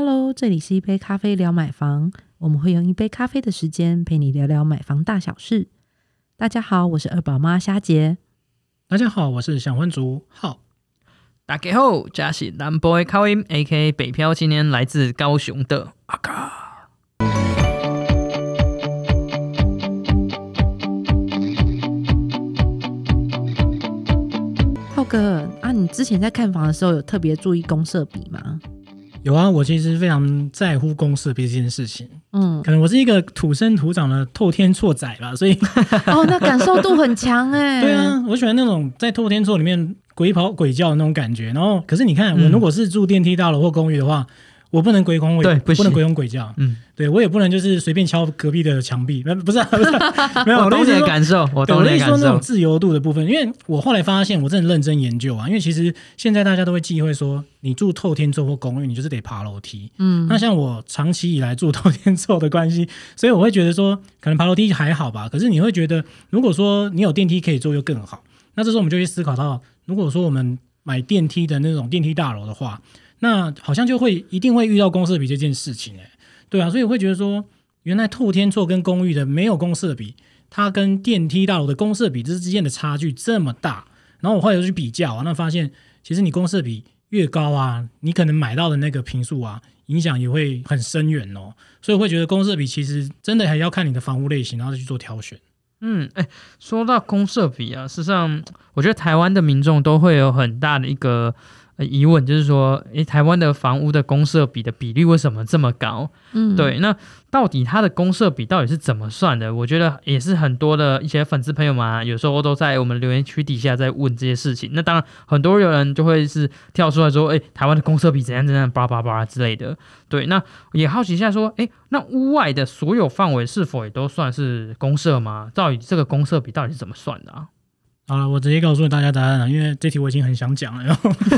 Hello， 这里是一杯咖啡聊买房，我们会用一杯咖啡的时间陪你聊聊买房大小事。大家好，我是二宝妈虾姐。 大家好，我是想婚族浩。 大家好，我是南部的口音 ，A.K.A 北漂青年，来自高雄的阿嘎。 浩哥啊，你之前在看房的时候有特别注意公设比吗？ 有啊，我其实非常在乎公设比这件事情。可能我是一个土生土长的透天厝仔吧，所以哦，那感受度很强哎。 对啊，我喜欢那种在透天厝里面鬼跑鬼叫的那种感觉。然后，可是你看，我如果是住电梯大楼或公寓的话，我不能鬼恐鬼，不能鬼吼鬼叫。对，我也不能就是随便敲隔壁的墙壁，不是、没有。 我懂你的感受，我懂你的感受。 我的意思说那种自由度的部分，因为我后来发现，我真的认真研究啊，因为其实现在大家都会忌讳说，你住透天厝或公寓，你就是得爬楼梯。那像我长期以来住透天厝的关系，所以我会觉得说，可能爬楼梯还好吧。可是你会觉得，如果说你有电梯可以坐，又更好。那这时候我们就会思考到，如果说我们买电梯的那种电梯大楼的话，那好像就会一定会遇到公设比这件事情对啊，所以我会觉得说，原来透天厝跟公寓的没有公设比，它跟电梯大楼的公设比之间的差距这么大，然后我后来就去比较啊，那发现其实你公设比越高啊，你可能买到的那个坪数啊，影响也会很深远哦。所以我会觉得公设比其实真的还要看你的房屋类型，然后再去做挑选。 说到公设比啊，事实上我觉得台湾的民众都会有很大的一个疑问，就是说台湾的房屋的公设比的比例为什么这么高？对，那到底它的公设比到底是怎么算的？我觉得也是很多的一些粉丝朋友们有时候都在我们留言区底下在问这些事情。那当然很多人就会是跳出来说台湾的公设比怎样怎样巴拉巴拉之类的。对，那也好奇一下说那屋外的所有范围是否也都算是公设吗？到底这个公设比到底是怎么算的啊？ 好了，我直接告诉大家答案了，因为这题我已经很想讲了。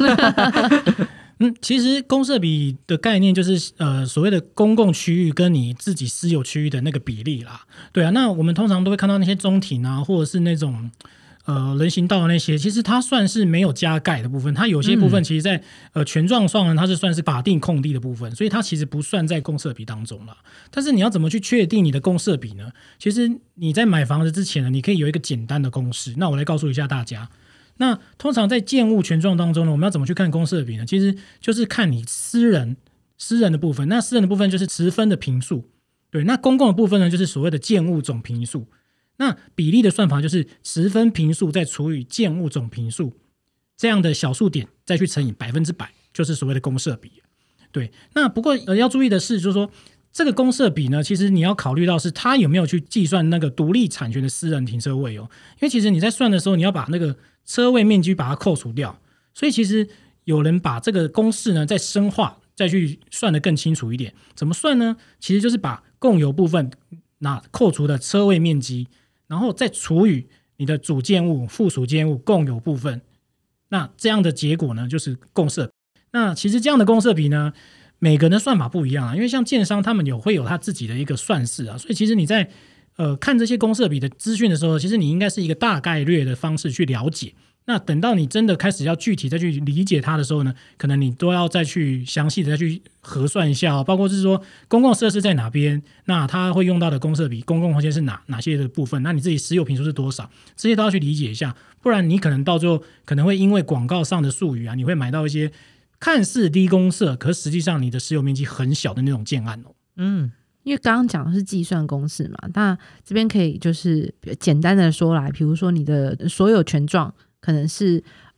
其实公设比的概念就是所谓的公共区域跟你自己私有区域的那个比例啦。对啊，那我们通常都会看到那些中庭啊，或者是那种人行道的那些，其实它算是没有加盖的部分，它有些部分其实在权状上呢，它是算是法定空地的部分，所以它其实不算在公设比当中啦。但是你要怎么去确定你的公设比呢？其实你在买房子之前呢，你可以有一个简单的公式，那我来告诉一下大家。那通常在建物权状当中呢，我们要怎么去看公设比呢？其实就是看你私人的部分，那私人的部分就是持分的坪数，对，那公共的部分呢，就是所谓的建物总坪数。那比例的算法就是持分坪数再除以建物总坪数，这样的小数点再去乘以100%，就是所谓的公设比。对，那不过要注意的是，就是说这个公设比呢，其实你要考虑到是它有没有去计算那个独立产权的私人停车位哦，因为其实你在算的时候，你要把那个车位面积把它扣除掉，所以其实有人把这个公式呢再深化，再去算得更清楚一点。怎么算呢？其实就是把共有部分扣除的车位面积，然后再除以你的主建物、附属建物共有部分，那这样的结果呢就是公设。那其实这样的公设比呢，每个人的算法不一样啊，因为像建商他们会有他自己的一个算式啊，所以其实你在看这些公设比的资讯的时候，其实你应该是一个大概略的方式去了解。那等到你真的开始要具体再去理解它的时候呢，可能你都要再去详细的再去核算一下包括是说公共设施在哪边，那它会用到的公设比，公共空间是哪些的部分，那你自己私有坪数是多少，这些都要去理解一下，不然你可能到最后可能会因为广告上的术语啊，你会买到一些看似低公设，可是实际上你的持有面积很小的那种建案因为刚刚讲的是计算公式嘛，那这边可以就是简单的说来，比如说你的所有权状可能是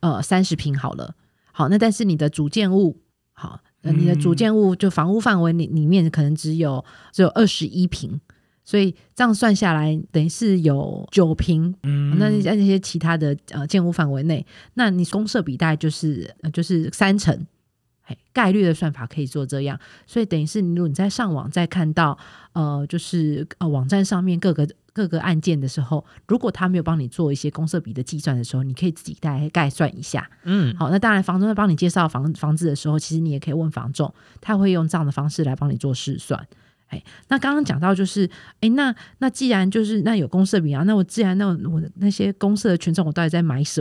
30坪好了，好，那但是你的主建物好，你的主建物就房屋范围里面可能只有21坪，所以这样算下来等于是有9坪，那在那些其他的建物范围内，那你公设比大概就是30%。概率的算法可以做这样，所以等于是如果你在上网再看到就是网站上面各个案件的时候，如果他没有帮你做一些公设比的计算的时候，你可以自己大概算一下。好，那当然房仲在帮你介绍房子的时候，其实你也可以问房仲，他会用这样的方式来帮你做试算。那刚刚讲到就是那既然就是那有公设比啊，那我自然那我那些公设的权重我到底在买什么？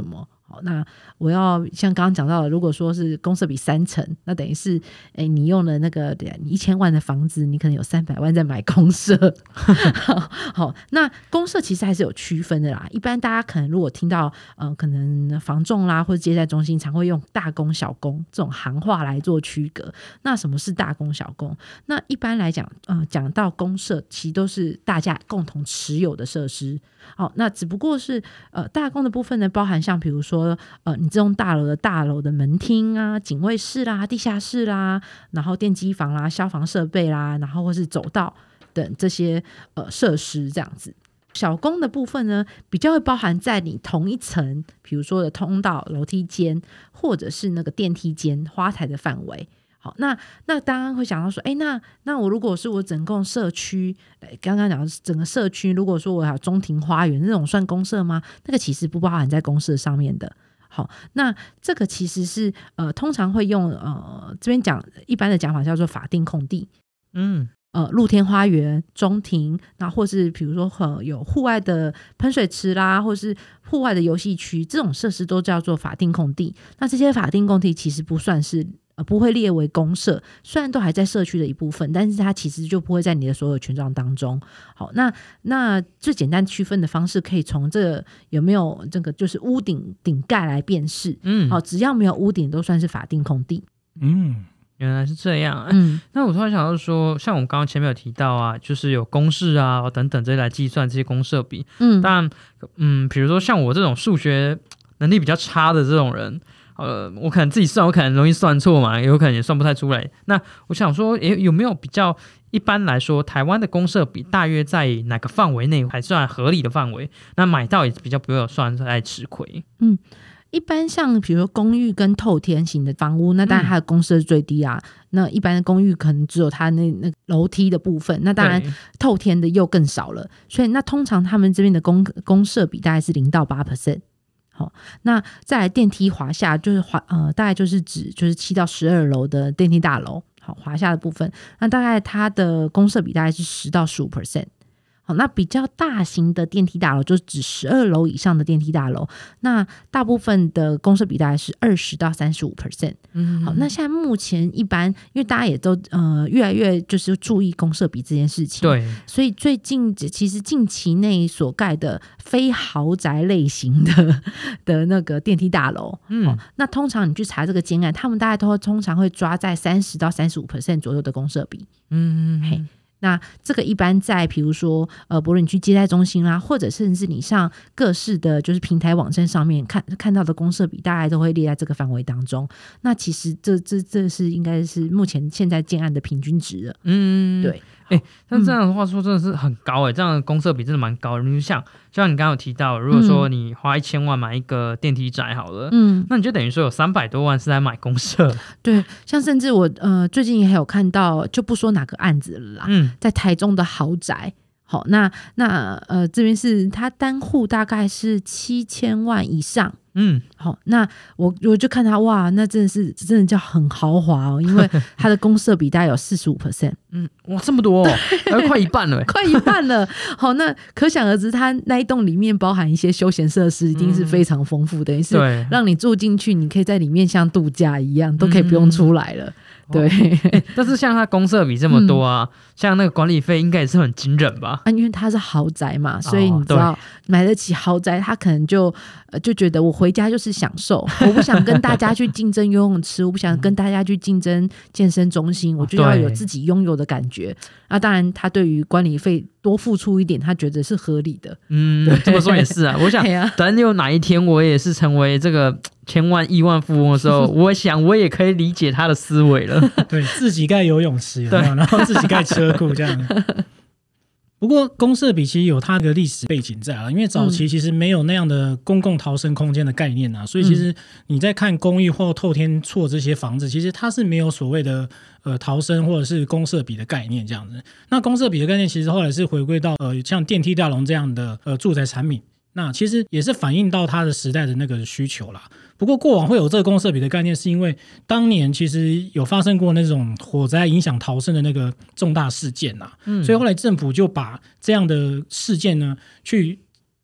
好，那我要像刚刚讲到的，如果说是公设比3成，那等于是你用了那个你1000万的房子，你可能有300万在买公设。好，那公设其实还是有区分的啦。一般大家可能如果听到可能房仲啦或者接待中心常会用大公小公这种行话来做区隔。那什么是大公小公？那一般来讲讲到公设其实都是大家共同持有的设施。好，那只不过是大公的部分呢，包含像比如说你这栋大楼的门厅啊、警卫室啦、地下室啦，然后电机房啦、消防设备啦，然后或是走道等这些设施这样子。小公的部分呢，比较会包含在你同一层，比如说的通道、楼梯间，或者是那个电梯间、花台的范围。好，那当然会想到说，那我如果是我整个社区，刚刚讲的整个社区，如果说我还有中庭花园那种算公设吗？那个其实不包含在公设上面的。好，那这个其实是通常会用这边讲一般的讲法叫做法定空地，露天花园、中庭，那或是比如说有户外的喷水池啦，或是户外的游戏区，这种设施都叫做法定空地。那这些法定空地其实不算是不会列为公设，虽然都还在社区的一部分，但是它其实就不会在你的所有权状当中。好，那最简单区分的方式可以从这个有没有这个就是屋顶盖来辨识。好，只要没有屋顶都算是法定空地。 原来是这样。那我突然想到说，像我们刚刚前面有提到啊，就是有公式啊等等这些来计算这些公设比。当然比如说像我这种数学能力比较差的这种人，我可能自己算，我可能容易算错嘛，有可能也算不太出来。那我想说，有没有比较一般来说，台湾的公设比大约在哪个范围内还算合理的范围？那买到也比较不会有算在吃亏。 一般像比如说公寓跟透天型的房屋，那当然它的公设是最低啊。那一般的公寓可能只有它那楼梯的部分，那当然透天的又更少了。所以那通常他们这边的公设比大概是0到8%。好，那再来电梯华夏就是大概就是指就是7到12楼的电梯大楼。好，华夏的部分，那大概它的公设比大概是10到15%。好，那比较大型的电梯大楼就是指12楼以上的电梯大楼，那大部分的公设比大概是20到35%。好，那现在目前一般因为大家也都越来越就是注意公设比这件事情， 对， 所以最近其实近期内所盖的非豪宅类型的那个电梯大楼，那通常你去查这个建案，他们大概都通常会抓在30到35% 左右的公设比。那这个一般在比如说不论你去接待中心啦，或者甚至你上各式的就是平台网站上面看到的公设比，大概都会列在这个范围当中。那其实这是应该是目前现在建案的平均值了。对。 但这样的话说真的是很高这样的公设比真的蛮高的。你像你刚刚有提到，如果说你花1000万买一个电梯宅好了，那你就等于说有300多万是在买公设。 对，像甚至我最近也有看到，就不说哪个案子了啦，在台中的豪宅。好，那这边是它单户大概是7000万以上。好，那我就看它，哇，那真的叫很豪华哦，因为它的公设比大概有45%。 哇，这么多快一半了快一半了。好，那可想而知，它那一栋里面包含一些休闲设施，一定是非常丰富的，等于是让你住进去，你可以在里面像度假一样，都可以不用出来了。对， 但是像它公设比这么多啊，像那个管理费应该也是很惊人吧？ 因为它是豪宅嘛，所以你知道买得起豪宅，他可能就觉得我回家就是享受，我不想跟大家去竞争游泳池，我不想跟大家去竞争健身中心，我就要有自己拥有的感觉。那当然，他对于管理费多付出一点，他觉得是合理的。 这么说也是啊。我想等有哪一天我也是成为这个千万亿万富翁的时候，我想我也可以理解他的思维了。 对，自己盖游泳池，然后自己盖车库这样。不过公设比其实有它的历史背景在因为早期其实没有那样的公共逃生空间的概念所以其实你在看公寓或透天厝这些房子，其实它是没有所谓的逃生或者是公设比的概念这样子。那公设比的概念其实后来是回归到像电梯大楼这样的住宅产品，那其实也是反映到它的时代的那个需求啦。不过过往会有这个公设比的概念，是因为当年其实有发生过那种火灾影响逃生的那个重大事件所以后来政府就把这样的事件呢去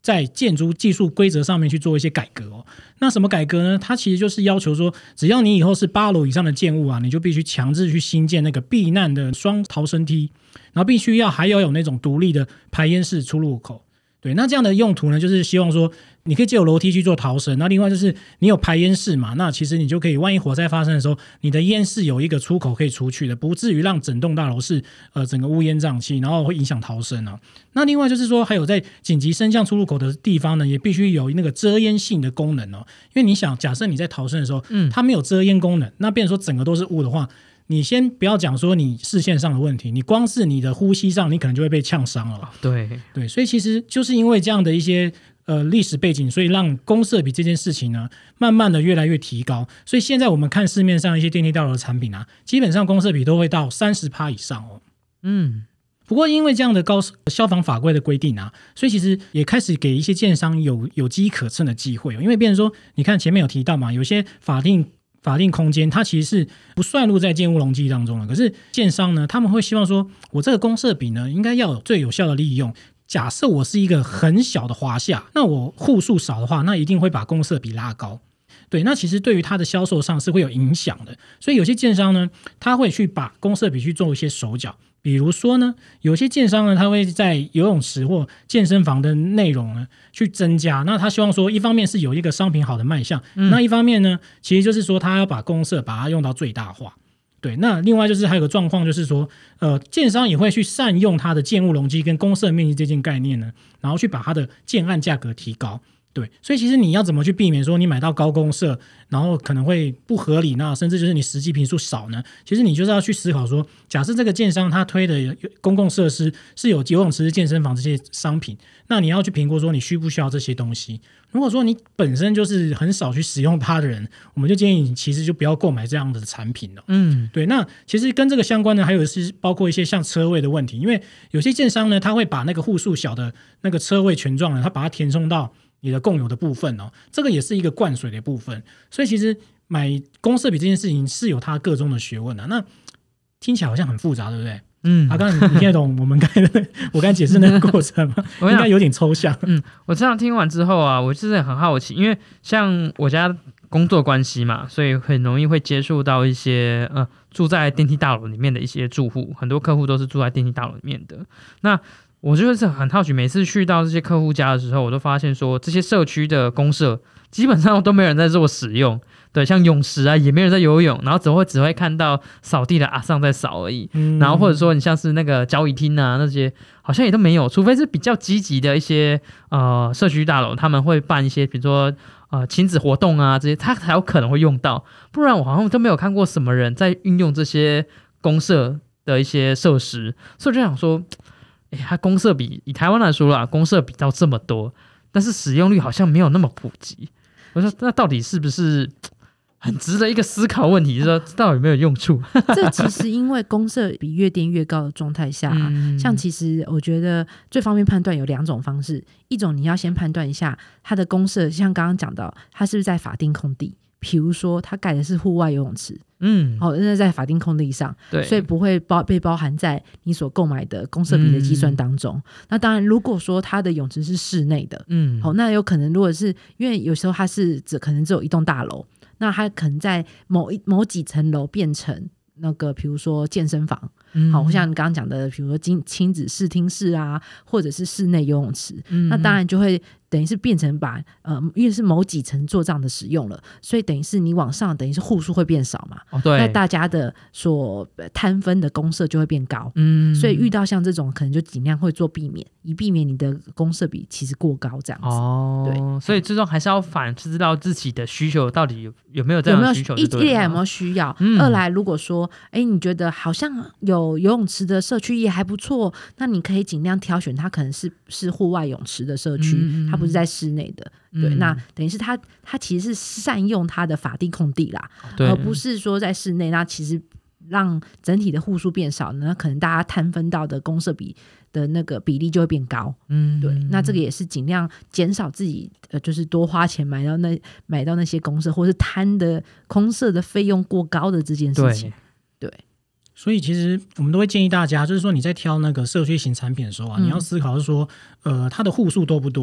在建筑技术规则上面去做一些改革哦。那什么改革呢？它其实就是要求说，只要你以后是8楼以上的建物啊，你就必须强制去新建那个避难的双逃生梯，然后必须还要有那种独立的排烟式出入口。对，那这样的用途呢，就是希望说你可以借由楼梯去做逃生，那另外就是你有排烟室嘛，那其实你就可以万一火灾发生的时候，你的烟室有一个出口可以出去的，不至于让整栋大楼是整个乌烟瘴气，然后会影响逃生啊。那另外就是说，还有在紧急升降出入口的地方呢，也必须有那个遮烟性的功能哦，因为你想，假设你在逃生的时候，它没有遮烟功能，那变成说整个都是雾的话。你先不要讲说你视线上的问题，你光是你的呼吸上，你可能就会被呛伤了。对，所以其实就是因为这样的一些历史背景，所以让公设比这件事情呢，慢慢的越来越提高。所以现在我们看市面上一些电梯大楼的产品啊，基本上公设比都会到30%以上哦。不过因为这样的高消防法规的规定啊，所以其实也开始给一些建商有机可乘的机会哦。因为变成说，你看前面有提到嘛，有些法定空间它其实是不算入在建物容积当中了，可是建商呢，他们会希望说，我这个公设比呢，应该要有最有效的利用。假设我是一个很小的华夏，那我户数少的话，那一定会把公设比拉高。对，那其实对于它的销售上是会有影响的，所以有些建商呢，他会去把公设比去做一些手脚。比如说呢，有些建商呢，他会在游泳池或健身房的内容呢去增加。那他希望说，一方面是有一个商品好的卖相，那一方面呢，其实就是说他要把公设把它用到最大化。对，那另外就是还有个状况，就是说，建商也会去善用它的建物容积跟公设面积这件概念呢，然后去把它的建案价格提高。对，所以其实你要怎么去避免说你买到高公设，然后可能会不合理，那甚至就是你实际坪数少呢？其实你就是要去思考说，假设这个建商他推的公共设施是有游泳池、健身房这些商品，那你要去评估说你需不需要这些东西。如果说你本身就是很少去使用它的人，我们就建议你其实就不要购买这样的产品了。对。那其实跟这个相关的还有是包括一些像车位的问题，因为有些建商呢，他会把那个户数小的那个车位权状呢，他把它填充到你的共有的部分哦，这个也是一个灌水的部分。所以其实买公设比这件事情是有它个中的学问的。那听起来好像很复杂，对不对？刚刚你听得懂我刚才解释那个过程吗？应该有点抽象。 我这样听完之后啊，我就是很好奇，因为像我家工作关系嘛，所以很容易会接触到一些住在电梯大楼里面的一些住户，很多客户都是住在电梯大楼里面的。那我就是很好奇，每次去到这些客户家的时候，我都发现说，这些社区的公设基本上都没有人在做使用。对，像泳池啊，也没人在游泳，然后只会看到扫地的阿桑在扫而已。然后或者说你像是那个交易厅啊那些，好像也都没有，除非是比较积极的一些社区大楼，他们会办一些比如说亲子活动啊这些，他才有可能会用到，不然我好像都没有看过什么人在运用这些公设的一些设施。所以我就想说，它公设比以台湾来说啦，公设比到这么多，但是使用率好像没有那么普及。我说那到底是不是很值得一个思考问题，就是说到底有没有用处？ 这其实因为公设比越垫越高的状态下像其实我觉得最方便判断有2种方式，一种你要先判断一下它的公设，像刚刚讲到它是不是在法定空地，比如说它盖的是户外游泳池，那在法定空地上， 对， 所以不会被包含在你所购买的公设比的计算当中。那当然，如果说它的泳池是室内的，那有可能如果是因为有时候它是可能只有一栋大楼，那它可能在某几层楼变成那个比如说健身房，好像你刚刚讲的比如说亲子视听室啊，或者是室内游泳池，那当然就会等于是变成因为是某几层做这样的使用了，所以等于是你往上等于是户数会变少嘛， 对， 那大家的所摊分的公设就会变高，所以遇到像这种可能就尽量会做避免，以避免你的公设比其实过高这样子。对， 所以最终还是要反知道自己的需求到底有没有这样的需求， 一来有没有需要，二来如果说你觉得好像有游泳池的社区也还不错，那你可以尽量挑选它可能是户外泳池的社区，它不是在室内的。对，那等于是它其实是善用它的法定空地啦，而不是说在室内，那其实让整体的户数变少，那可能大家摊分到的公设比的那个比例就会变高。对，那这个也是尽量减少自己就是多花钱买到那些公设，或是摊的公设的费用过高的这件事情。对。 所以其实我们都会建议大家，就是说你在挑那个社区型产品的时候啊，你要思考是说，它的户数多不多，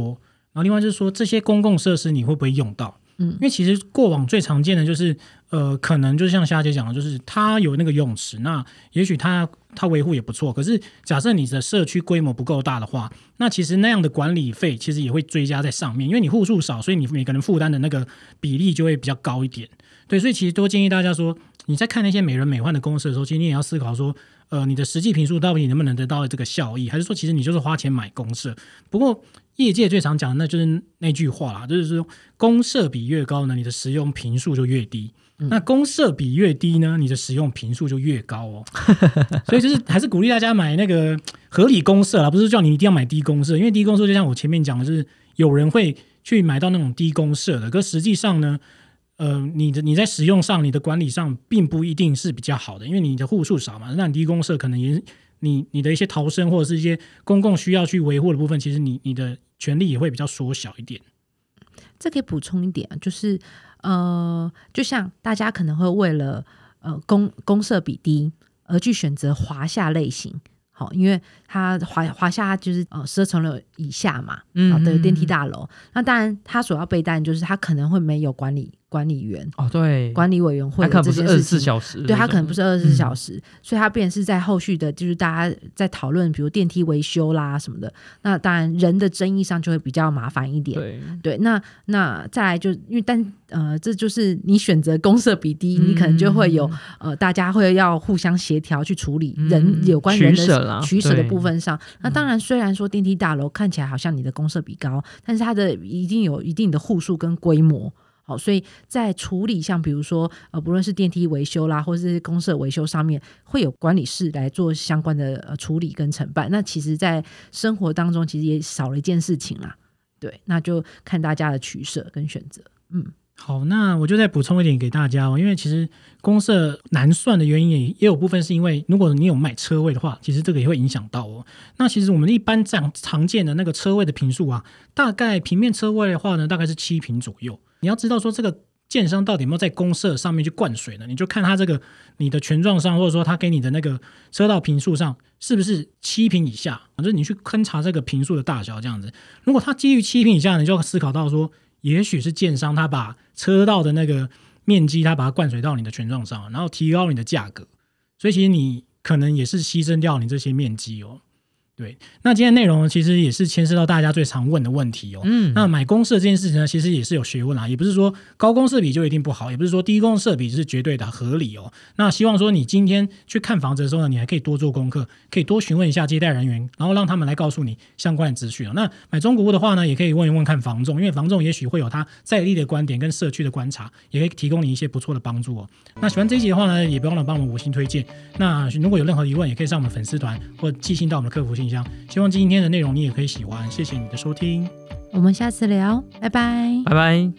然后另外就是说这些公共设施你会不会用到？因为其实过往最常见的就是可能就像夏姐讲的，就是它有那个游泳池，那也许它维护也不错，可是假设你的社区规模不够大的话，那其实那样的管理费其实也会追加在上面，因为你户数少，所以你每个人负担的那个比例就会比较高一点。对，所以其实多建议大家说，你在看那些美轮美奂的公设的时候，其实你也要思考说你的实际坪数到底能不能得到这个效益，还是说其实你就是花钱买公设。不过业界最常讲的那就是那句话啦，就是说公设比越高呢，你的使用坪数就越低，那公设比越低呢，你的使用坪数就越高哦。所以就是还是鼓励大家买那个合理公设啦，不是叫你一定要买低公设，因为低公设就像我前面讲的，就是有人会去买到那种低公设的，可实际上呢你在使用上，你的管理上并不一定是比较好的，因为你的户数少嘛，那你低公设可能也你的一些逃生或者是一些公共需要去维护的部分，其实你的权利也会比较缩小一点。 这可以补充一点，就是就像大家可能会为了公设比低而去选择华夏类型。好，因为它华夏就是12层楼以下嘛，的电梯大楼，那当然它所要备担就是它可能会没有管理员对， 管理委员会， 它可能不是24小时， 对，它可能不是24小时，所以它变成是在后续的，就是大家在讨论，比如电梯维修啦什么的，那当然人的争议上就会比较麻烦一点。对，那再来就因为这就是你选择公设比低，你可能就会有大家会要互相协调去处理有关人的取舍的部分上。那当然，虽然说电梯大楼看起来好像你的公设比高，但是它的一定有一定的户数跟规模。好，所以在处理像比如说不论是电梯维修啦，或者是公设维修上面，会有管理室来做相关的处理跟承办。那其实在生活当中其实也少了一件事情啦。对，那就看大家的取舍跟选择。 好，那我就再补充一点给大家因为其实公设难算的原因也有部分是因为如果你有买车位的话，其实这个也会影响到那其实我们一般常见的那个车位的坪数大概平面车位的话呢，大概是7坪左右。你要知道说这个建商到底有没有在公设上面去灌水呢？你就看他这个你的权状上，或者说他给你的那个车道坪数上是不是7坪以下，就是你去勘察这个坪数的大小这样子。如果它基于7坪以下，你就要思考到说也许是建商他把车道的那个面积他把它灌水到你的权状上，然后提高你的价格，所以其实你可能也是牺牲掉你这些面积对，那今天内容其实也是牵涉到大家最常问的问题那买公设这件事情呢，其实也是有学问也不是说高公设比就一定不好，也不是说低公设比是绝对的合理那希望说你今天去看房子的时候呢，你还可以多做功课，可以多询问一下接待人员，然后让他们来告诉你相关的资讯那买中古屋的话呢，也可以问一问看房仲，因为房仲也许会有他在地的观点跟社区的观察，也可以提供你一些不错的帮助那喜欢这一集的话呢，也不要忘了帮我们5星推荐。那如果有任何疑问，也可以上我们粉丝团或寄信到我们的客服信箱。希望今天的内容你也可以喜欢，谢谢你的收听， 我们下次聊，拜拜， 拜拜。